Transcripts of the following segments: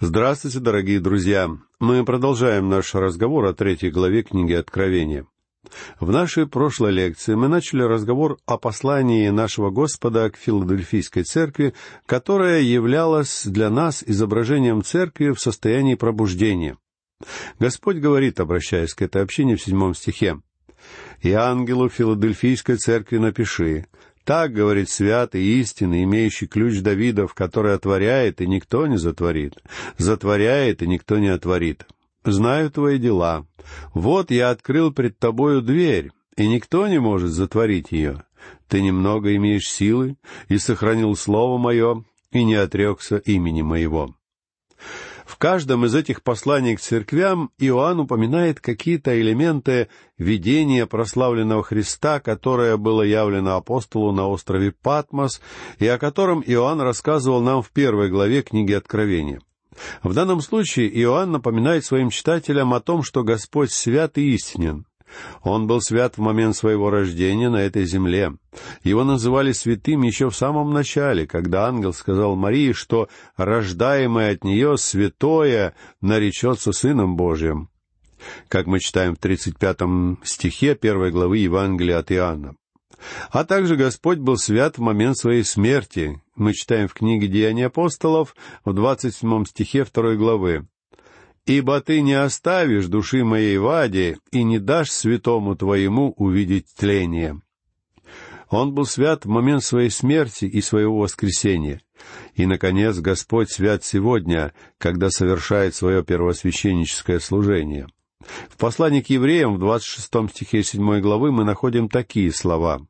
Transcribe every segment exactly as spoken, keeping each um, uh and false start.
Здравствуйте, дорогие друзья! Мы продолжаем наш разговор о третьей главе книги Откровения. В нашей прошлой лекции мы начали разговор о послании нашего Господа к Филадельфийской церкви, которая являлась для нас изображением церкви в состоянии пробуждения. Господь говорит, обращаясь к этой общине в седьмом стихе: «И ангелу Филадельфийской церкви напиши: так говорит святый и истинный, имеющий ключ Давидов, который отворяет, и никто не затворит, затворяет, и никто не отворит. Знаю твои дела. Вот я открыл пред тобою дверь, и никто не может затворить ее. Ты немного имеешь силы, и сохранил слово мое, и не отрекся имени моего». В каждом из этих посланий к церквям Иоанн упоминает какие-то элементы видения прославленного Христа, которое было явлено апостолу на острове Патмос, и о котором Иоанн рассказывал нам в первой главе книги Откровения. В данном случае Иоанн напоминает своим читателям о том, что Господь свят и истинен. Он был свят в момент своего рождения на этой земле. Его называли святым еще в самом начале, когда ангел сказал Марии, что рождаемое от нее святое наречется Сыном Божьим, как мы читаем в тридцать пятом стихе первой главы Евангелия от Иоанна. А также Господь был свят в момент своей смерти. Мы читаем в книге «Деяния апостолов» в двадцать седьмом стихе второй главы: «Ибо ты не оставишь души моей в аде, и не дашь святому твоему увидеть тление». Он был свят в момент своей смерти и своего воскресения. И, наконец, Господь свят сегодня, когда совершает свое первосвященническое служение. В послании к евреям в двадцать шестом стихе седьмой главы мы находим такие слова: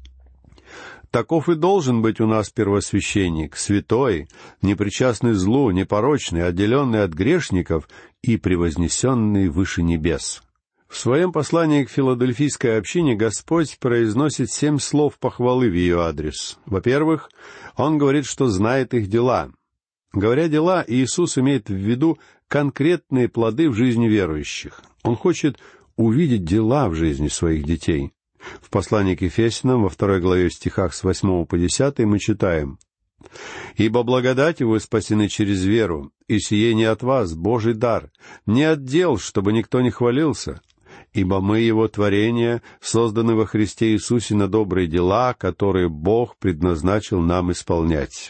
«Таков и должен быть у нас первосвященник, святой, непричастный злу, непорочный, отделенный от грешников и превознесенный выше небес». В своем послании к Филадельфийской общине Господь произносит семь слов похвалы в ее адрес. Во-первых, Он говорит, что знает их дела. Говоря дела, Иисус имеет в виду конкретные плоды в жизни верующих. Он хочет увидеть дела в жизни своих детей. В послании к Ефесянам, во второй главе, в стихах с восьмого по десятый, мы читаем: «Ибо благодатью вы спасены через веру, и сие не от вас, Божий дар, не от дел, чтобы никто не хвалился. Ибо мы, Его творение, созданы во Христе Иисусе на добрые дела, которые Бог предназначил нам исполнять».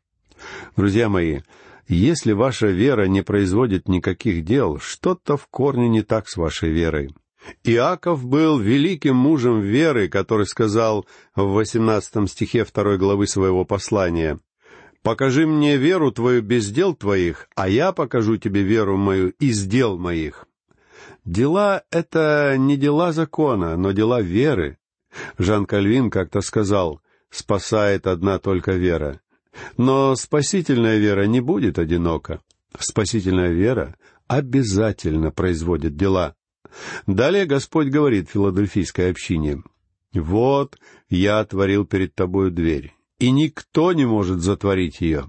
Друзья мои, если ваша вера не производит никаких дел, что-то в корне не так с вашей верой. Иаков был великим мужем веры, который сказал в восемнадцатом стихе второй главы своего послания: «Покажи мне веру твою без дел твоих, а я покажу тебе веру мою из дел моих». Дела — это не дела закона, но дела веры. Жан Кальвин как-то сказал: «Спасает одна только вера». Но спасительная вера не будет одинока. Спасительная вера обязательно производит дела. Далее Господь говорит Филадельфийской общине: «Вот я отворил перед тобою дверь, и никто не может затворить ее».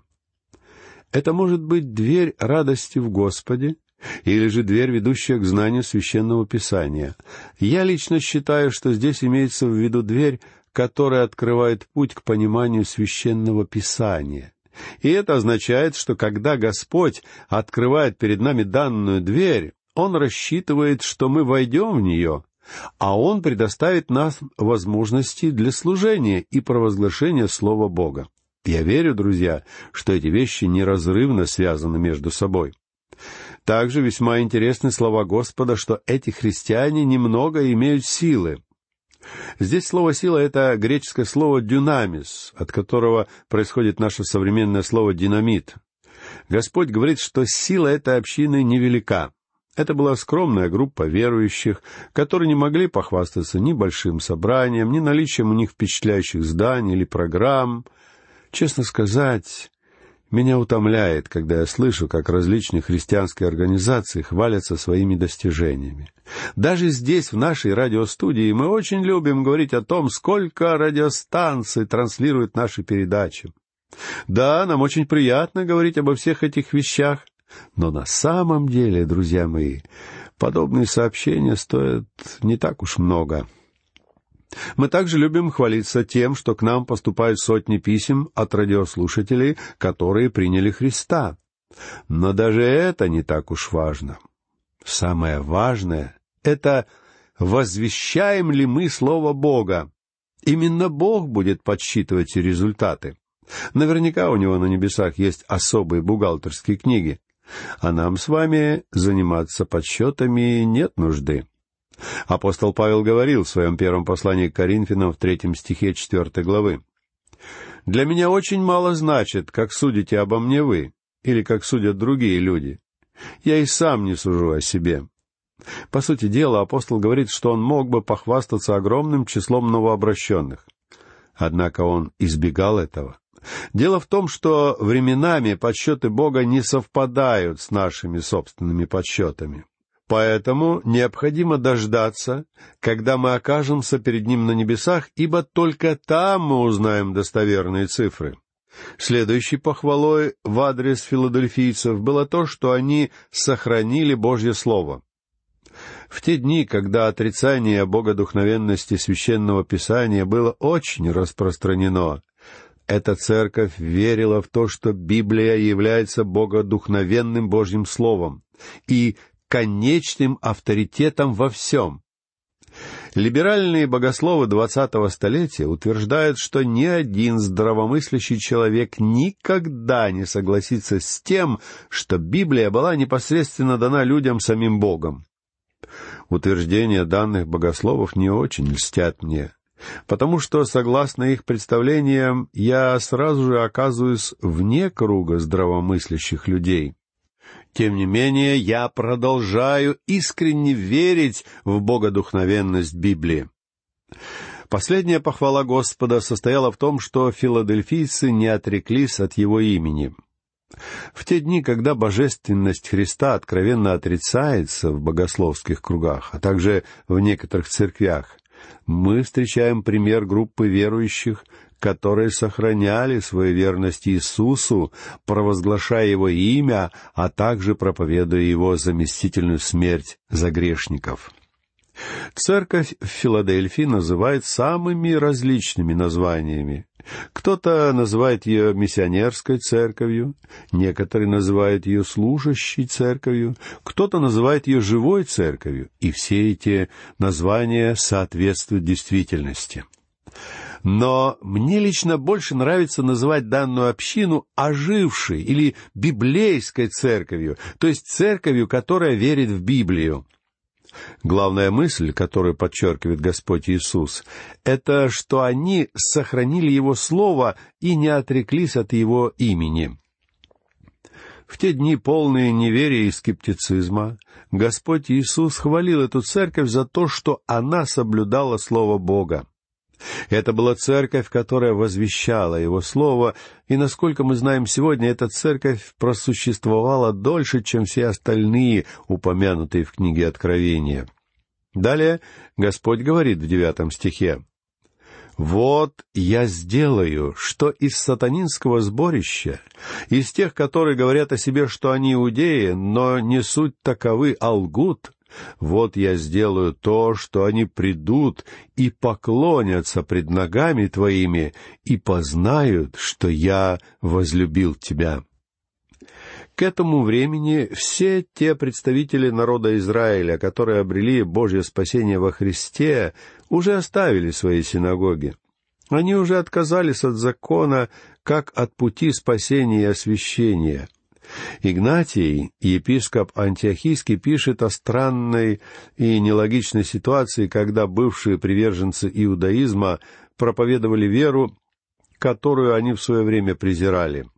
Это может быть дверь радости в Господе, или же дверь, ведущая к знанию Священного Писания. Я лично считаю, что здесь имеется в виду дверь, которая открывает путь к пониманию Священного Писания. И это означает, что когда Господь открывает перед нами данную дверь, Он рассчитывает, что мы войдем в нее, а Он предоставит нам возможности для служения и провозглашения Слова Бога. Я верю, друзья, что эти вещи неразрывно связаны между собой. Также весьма интересны слова Господа, что эти христиане немного имеют силы. Здесь слово «сила» — это греческое слово «дюнамис», от которого происходит наше современное слово «динамит». Господь говорит, что сила этой общины невелика. Это была скромная группа верующих, которые не могли похвастаться ни большим собранием, ни наличием у них впечатляющих зданий или программ. Честно сказать, меня утомляет, когда я слышу, как различные христианские организации хвалятся своими достижениями. Даже здесь, в нашей радиостудии, мы очень любим говорить о том, сколько радиостанций транслируют наши передачи. Да, нам очень приятно говорить обо всех этих вещах, но на самом деле, друзья мои, подобные сообщения стоят не так уж много. Мы также любим хвалиться тем, что к нам поступают сотни писем от радиослушателей, которые приняли Христа. Но даже это не так уж важно. Самое важное — это возвещаем ли мы Слово Бога. Именно Бог будет подсчитывать результаты. Наверняка у Него на небесах есть особые бухгалтерские книги, а нам с вами заниматься подсчетами нет нужды. Апостол Павел говорил в своем первом послании к Коринфянам в третьем стихе четвертой главы: «Для меня очень мало значит, как судите обо мне вы, или как судят другие люди. Я и сам не сужу о себе». По сути дела, апостол говорит, что он мог бы похвастаться огромным числом новообращенных. Однако он избегал этого. Дело в том, что временами подсчеты Бога не совпадают с нашими собственными подсчетами. Поэтому необходимо дождаться, когда мы окажемся перед Ним на небесах, ибо только там мы узнаем достоверные цифры. Следующей похвалой в адрес филадельфийцев было то, что они сохранили Божье Слово. В те дни, когда отрицание богодухновенности Священного Писания было очень распространено, эта церковь верила в то, что Библия является богодухновенным Божьим Словом и конечным авторитетом во всем. Либеральные богословы двадцатого столетия утверждают, что ни один здравомыслящий человек никогда не согласится с тем, что Библия была непосредственно дана людям самим Богом. Утверждения данных богословов не очень льстят мне, потому что, согласно их представлениям, я сразу же оказываюсь вне круга здравомыслящих людей. Тем не менее, я продолжаю искренне верить в богодухновенность Библии. Последняя похвала Господа состояла в том, что филадельфийцы не отреклись от Его имени. В те дни, когда божественность Христа откровенно отрицается в богословских кругах, а также в некоторых церквях, мы встречаем пример группы верующих, которые сохраняли свою верность Иисусу, провозглашая Его имя, а также проповедуя Его заместительную смерть за грешников. Церковь в Филадельфии называют самыми различными названиями. Кто-то называет ее миссионерской церковью, некоторые называют ее служащей церковью, кто-то называет ее живой церковью, и все эти названия соответствуют действительности. Но мне лично больше нравится называть данную общину ожившей или библейской церковью, то есть церковью, которая верит в Библию. Главная мысль, которую подчеркивает Господь Иисус, это что они сохранили Его Слово и не отреклись от Его имени. В те дни, полные неверия и скептицизма, Господь Иисус хвалил эту церковь за то, что она соблюдала Слово Бога. Это была церковь, которая возвещала Его Слово, и, насколько мы знаем сегодня, эта церковь просуществовала дольше, чем все остальные, упомянутые в книге Откровения. Далее Господь говорит в девятом стихе: «Вот я сделаю, что из сатанинского сборища, из тех, которые говорят о себе, что они иудеи, но не суть таковы, а лгут, вот я сделаю то, что они придут и поклонятся пред ногами твоими и познают, что я возлюбил тебя». К этому времени все те представители народа Израиля, которые обрели Божье спасение во Христе, уже оставили свои синагоги. Они уже отказались от закона, как от пути спасения и освящения. Игнатий, епископ Антиохийский, пишет о странной и нелогичной ситуации, когда бывшие приверженцы иудаизма проповедовали веру, которую они в свое время презирали.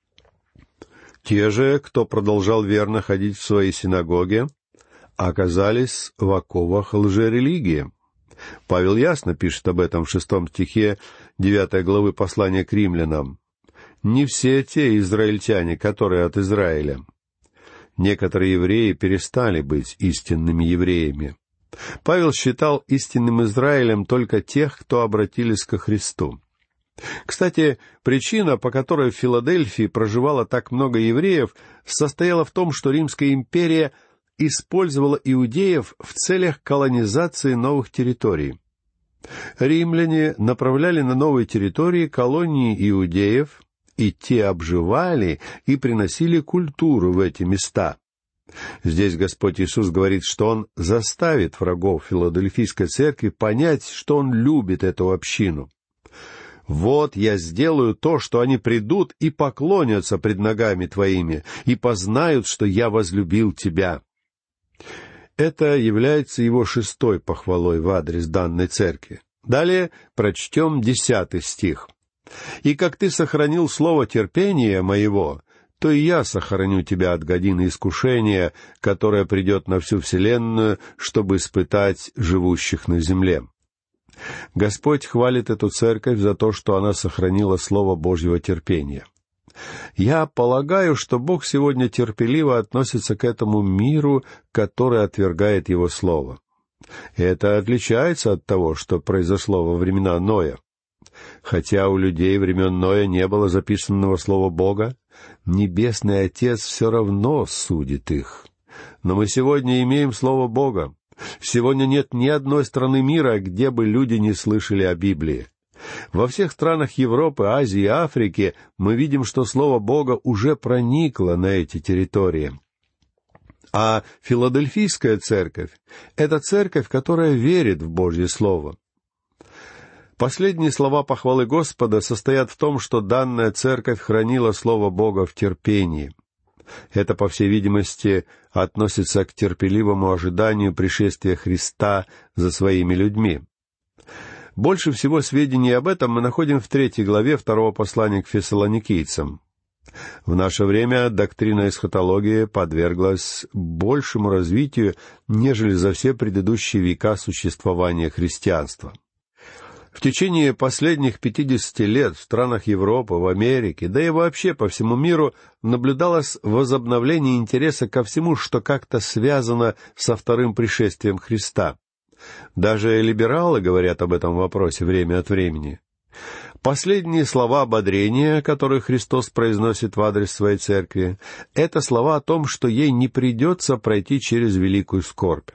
Те же, кто продолжал верно ходить в свои синагоги, оказались в оковах лжерелигии. Павел ясно пишет об этом в шестом стихе девятой главы послания к римлянам. Не все те израильтяне, которые от Израиля. Некоторые евреи перестали быть истинными евреями. Павел считал истинным Израилем только тех, кто обратились ко Христу. Кстати, причина, по которой в Филадельфии проживало так много евреев, состояла в том, что Римская империя использовала иудеев в целях колонизации новых территорий. Римляне направляли на новые территории колонии иудеев и те обживали и приносили культуру в эти места. Здесь Господь Иисус говорит, что Он заставит врагов Филадельфийской церкви понять, что Он любит эту общину. «Вот я сделаю то, что они придут и поклонятся пред ногами твоими, и познают, что я возлюбил тебя». Это является Его шестой похвалой в адрес данной церкви. Далее прочтем десятый стих. «И как ты сохранил слово терпения моего, то и я сохраню тебя от годины искушения, которое придет на всю вселенную, чтобы испытать живущих на земле». Господь хвалит эту церковь за то, что она сохранила слово Божьего терпения. Я полагаю, что Бог сегодня терпеливо относится к этому миру, который отвергает Его слово. Это отличается от того, что произошло во времена Ноя. Хотя у людей времен Ноя не было записанного слова Бога, Небесный Отец все равно судит их. Но мы сегодня имеем слово Бога. Сегодня нет ни одной страны мира, где бы люди не слышали о Библии. Во всех странах Европы, Азии и Африки мы видим, что Слово Бога уже проникло на эти территории. А Филадельфийская церковь — это церковь, которая верит в Божье Слово. Последние слова похвалы Господа состоят в том, что данная церковь хранила Слово Бога в терпении. Это, по всей видимости, относится к терпеливому ожиданию пришествия Христа за своими людьми. Больше всего сведений об этом мы находим в третьей главе второго послания к фессалоникийцам. В наше время доктрина эсхатологии подверглась большему развитию, нежели за все предыдущие века существования христианства. В течение последних пятидесяти лет в странах Европы, в Америке, да и вообще по всему миру наблюдалось возобновление интереса ко всему, что как-то связано со вторым пришествием Христа. Даже либералы говорят об этом вопросе время от времени. Последние слова ободрения, которые Христос произносит в адрес своей церкви, это слова о том, что ей не придется пройти через великую скорбь.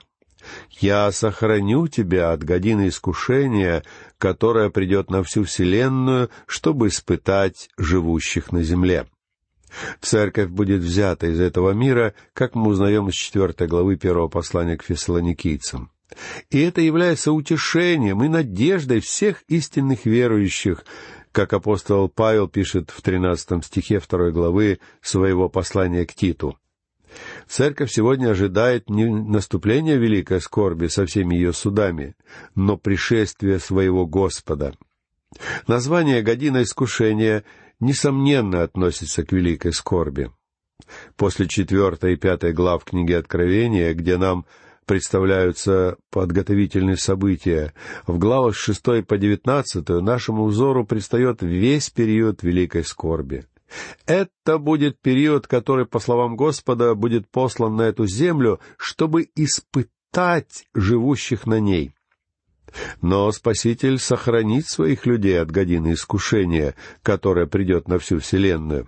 «Я сохраню тебя от годины искушения, которая придет на всю вселенную, чтобы испытать живущих на земле». Церковь будет взята из этого мира, как мы узнаем из четвертой главы первого послания к фессалоникийцам. И это является утешением и надеждой всех истинных верующих, как апостол Павел пишет в тринадцатом стихе второй главы своего послания к Титу. Церковь сегодня ожидает не наступления великой скорби со всеми ее судами, но пришествия своего Господа. Название «година искушения» несомненно относится к великой скорби. После четвертой и пятой глав книги Откровения, где нам представляются подготовительные события, в главах с шестой по девятнадцатую нашему взору предстает весь период великой скорби. Это будет период, который, по словам Господа, будет послан на эту землю, чтобы испытать живущих на ней. Но Спаситель сохранит своих людей от годины искушения, которое придет на всю вселенную.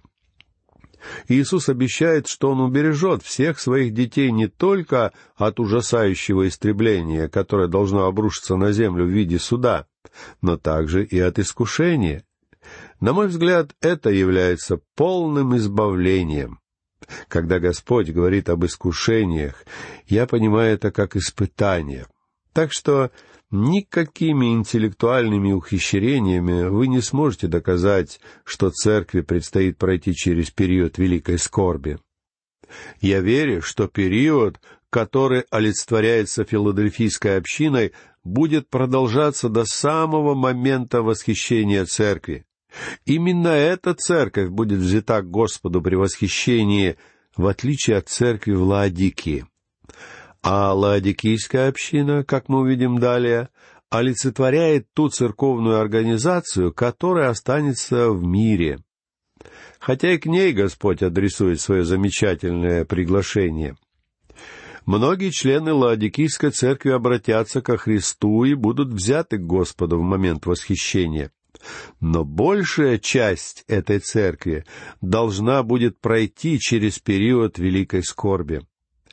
Иисус обещает, что Он убережет всех своих детей не только от ужасающего истребления, которое должно обрушиться на землю в виде суда, но также и от искушения. На мой взгляд, это является полным избавлением. Когда Господь говорит об искушениях, я понимаю это как испытание. Так что никакими интеллектуальными ухищрениями вы не сможете доказать, что церкви предстоит пройти через период великой скорби. Я верю, что период, который олицетворяется филадельфийской общиной, будет продолжаться до самого момента восхищения церкви. Именно эта церковь будет взята к Господу при восхищении, в отличие от церкви в Лаодикии. А лаодикийская община, как мы увидим далее, олицетворяет ту церковную организацию, которая останется в мире. Хотя и к ней Господь адресует свое замечательное приглашение. Многие члены Лаодикийской церкви обратятся ко Христу и будут взяты к Господу в момент восхищения. Но большая часть этой церкви должна будет пройти через период великой скорби.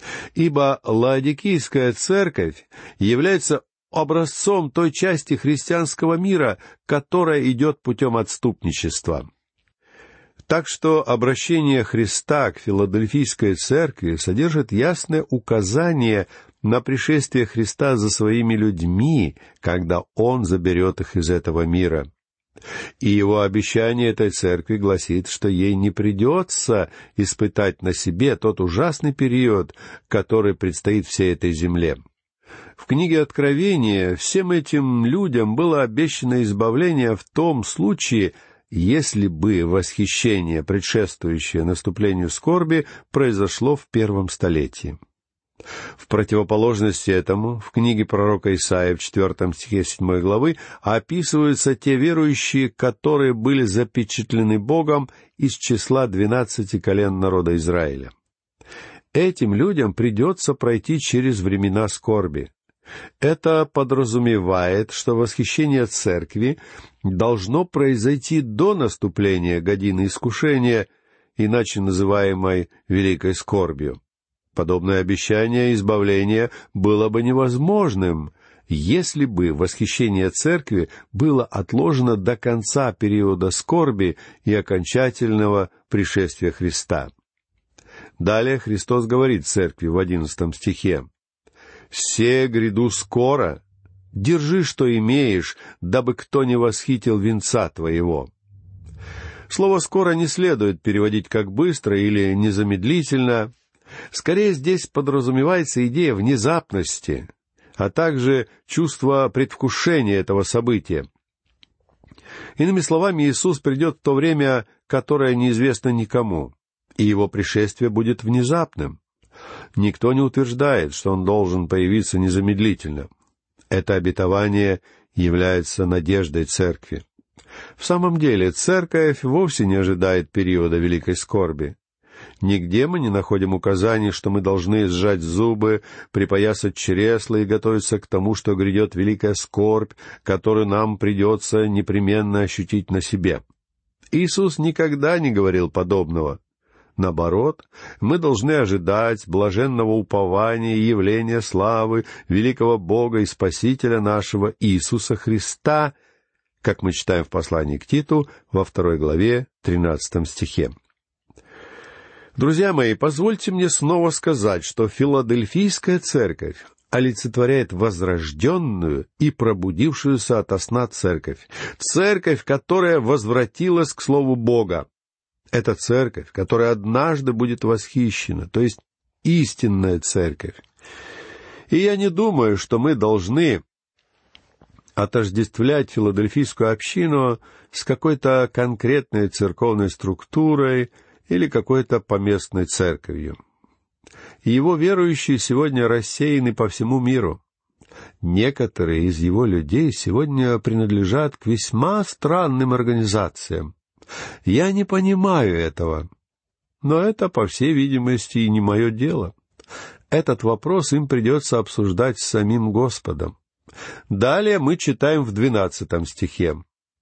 Ибо Лаодикийская церковь является образцом той части христианского мира, которая идет путем отступничества. Так что обращение Христа к Филадельфийской церкви содержит ясное указание на пришествие Христа за своими людьми, когда Он заберет их из этого мира. И Его обещание этой церкви гласит, что ей не придется испытать на себе тот ужасный период, который предстоит всей этой земле. В книге Откровения всем этим людям было обещано избавление в том случае, если бы восхищение, предшествующее наступлению скорби, произошло в первом столетии. В противоположность этому, в книге пророка Исаия в четвертом стихе седьмой главы описываются те верующие, которые были запечатлены Богом из числа двенадцати колен народа Израиля. Этим людям придется пройти через времена скорби. Это подразумевает, что восхищение церкви должно произойти до наступления годины искушения, иначе называемой великой скорбью. Подобное обещание избавления было бы невозможным, если бы восхищение церкви было отложено до конца периода скорби и окончательного пришествия Христа. Далее Христос говорит церкви в одиннадцатом стихе: «Се гряду скоро, держи, что имеешь, дабы кто не восхитил венца твоего». Слово «скоро» не следует переводить как «быстро» или «незамедлительно». Скорее, здесь подразумевается идея внезапности, а также чувство предвкушения этого события. Иными словами, Иисус придет в то время, которое неизвестно никому, и Его пришествие будет внезапным. Никто не утверждает, что Он должен появиться незамедлительно. Это обетование является надеждой церкви. В самом деле, церковь вовсе не ожидает периода великой скорби. Нигде мы не находим указаний, что мы должны сжать зубы, припоясать чресла и готовиться к тому, что грядет великая скорбь, которую нам придется непременно ощутить на себе. Иисус никогда не говорил подобного. Наоборот, мы должны ожидать блаженного упования и явления славы великого Бога и Спасителя нашего Иисуса Христа, как мы читаем в послании к Титу во второй главе, тринадцатом стихе. Друзья мои, позвольте мне снова сказать, что Филадельфийская церковь олицетворяет возрожденную и пробудившуюся ото сна церковь. Церковь, которая возвратилась к Слову Бога. Это церковь, которая однажды будет восхищена, то есть истинная церковь. И я не думаю, что мы должны отождествлять филадельфийскую общину с какой-то конкретной церковной структурой или какой-то поместной церковью. Его верующие сегодня рассеяны по всему миру. Некоторые из его людей сегодня принадлежат к весьма странным организациям. Я не понимаю этого, но это, по всей видимости, и не мое дело. Этот вопрос им придется обсуждать с самим Господом. Далее мы читаем в двенадцатом стихе: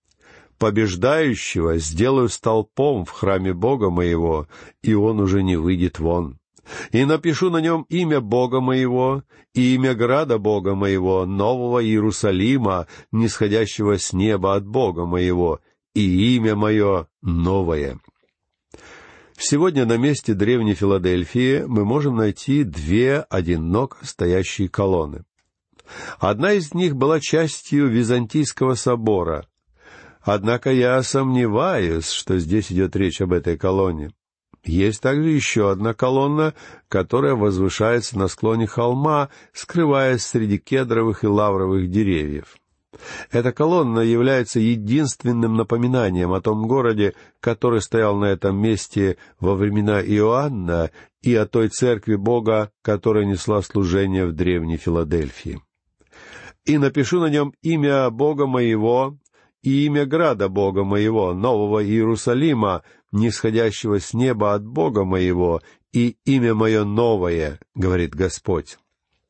«Побеждающего сделаю столпом в храме Бога моего, и он уже не выйдет вон. И напишу на нем имя Бога моего и имя града Бога моего, нового Иерусалима, нисходящего с неба от Бога моего, и имя мое новое». Сегодня на месте древней Филадельфии мы можем найти две одиноко стоящие колонны. Одна из них была частью Византийского собора. Однако я сомневаюсь, что здесь идет речь об этой колонне. Есть также еще одна колонна, которая возвышается на склоне холма, скрываясь среди кедровых и лавровых деревьев. Эта колонна является единственным напоминанием о том городе, который стоял на этом месте во времена Иоанна, и о той церкви Бога, которая несла служение в древней Филадельфии. «И напишу на нем имя Бога моего и имя града Бога моего, нового Иерусалима, нисходящего с неба от Бога моего, и имя мое новое, говорит Господь».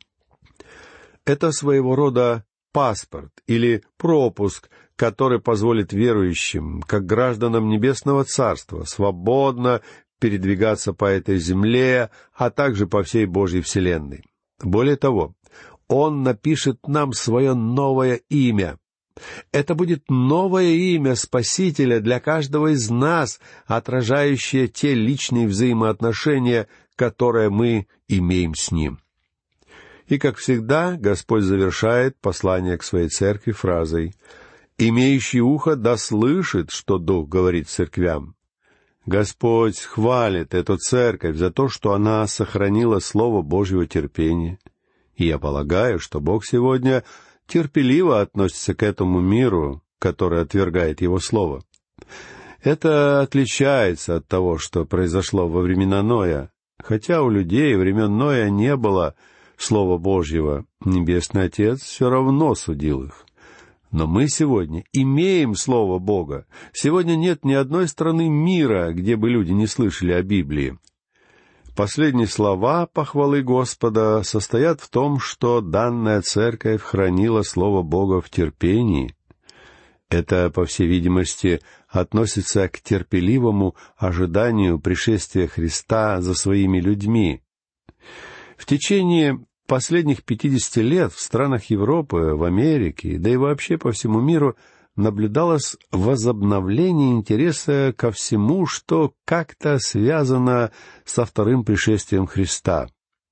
Это своего рода паспорт или пропуск, который позволит верующим, как гражданам Небесного Царства, свободно передвигаться по этой земле, а также по всей Божьей вселенной. Более того, Он напишет нам свое новое имя. Это будет новое имя Спасителя для каждого из нас, отражающее те личные взаимоотношения, которые мы имеем с Ним. И, как всегда, Господь завершает послание к своей церкви фразой: «Имеющий ухо да слышит, что Дух говорит церквям». Господь хвалит эту церковь за то, что она сохранила Слово Божьего терпения. И я полагаю, что Бог сегодня терпеливо относится к этому миру, который отвергает Его Слово. Это отличается от того, что произошло во времена Ноя. Хотя у людей времен Ноя не было Слова Божьего, Небесный Отец все равно судил их. Но мы сегодня имеем Слово Бога. Сегодня нет ни одной страны мира, где бы люди не слышали о Библии. Последние слова похвалы Господа состоят в том, что данная церковь хранила Слово Бога в терпении. Это, по всей видимости, относится к терпеливому ожиданию пришествия Христа за своими людьми. В течение последних пятидесяти лет в странах Европы, в Америке, да и вообще по всему миру наблюдалось возобновление интереса ко всему, что как-то связано со вторым пришествием Христа.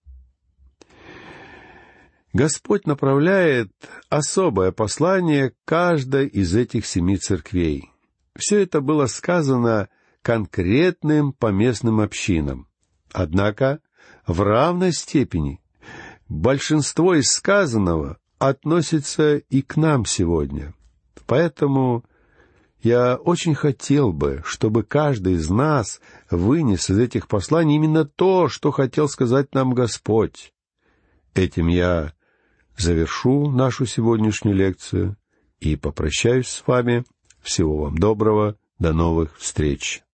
Господь направляет особое послание каждой из этих семи церквей. Все это было сказано конкретным поместным общинам. Однако в равной степени большинство из сказанного относится и к нам сегодня. Поэтому я очень хотел бы, чтобы каждый из нас вынес из этих посланий именно то, что хотел сказать нам Господь. Этим я завершу нашу сегодняшнюю лекцию и попрощаюсь с вами. Всего вам доброго. До новых встреч.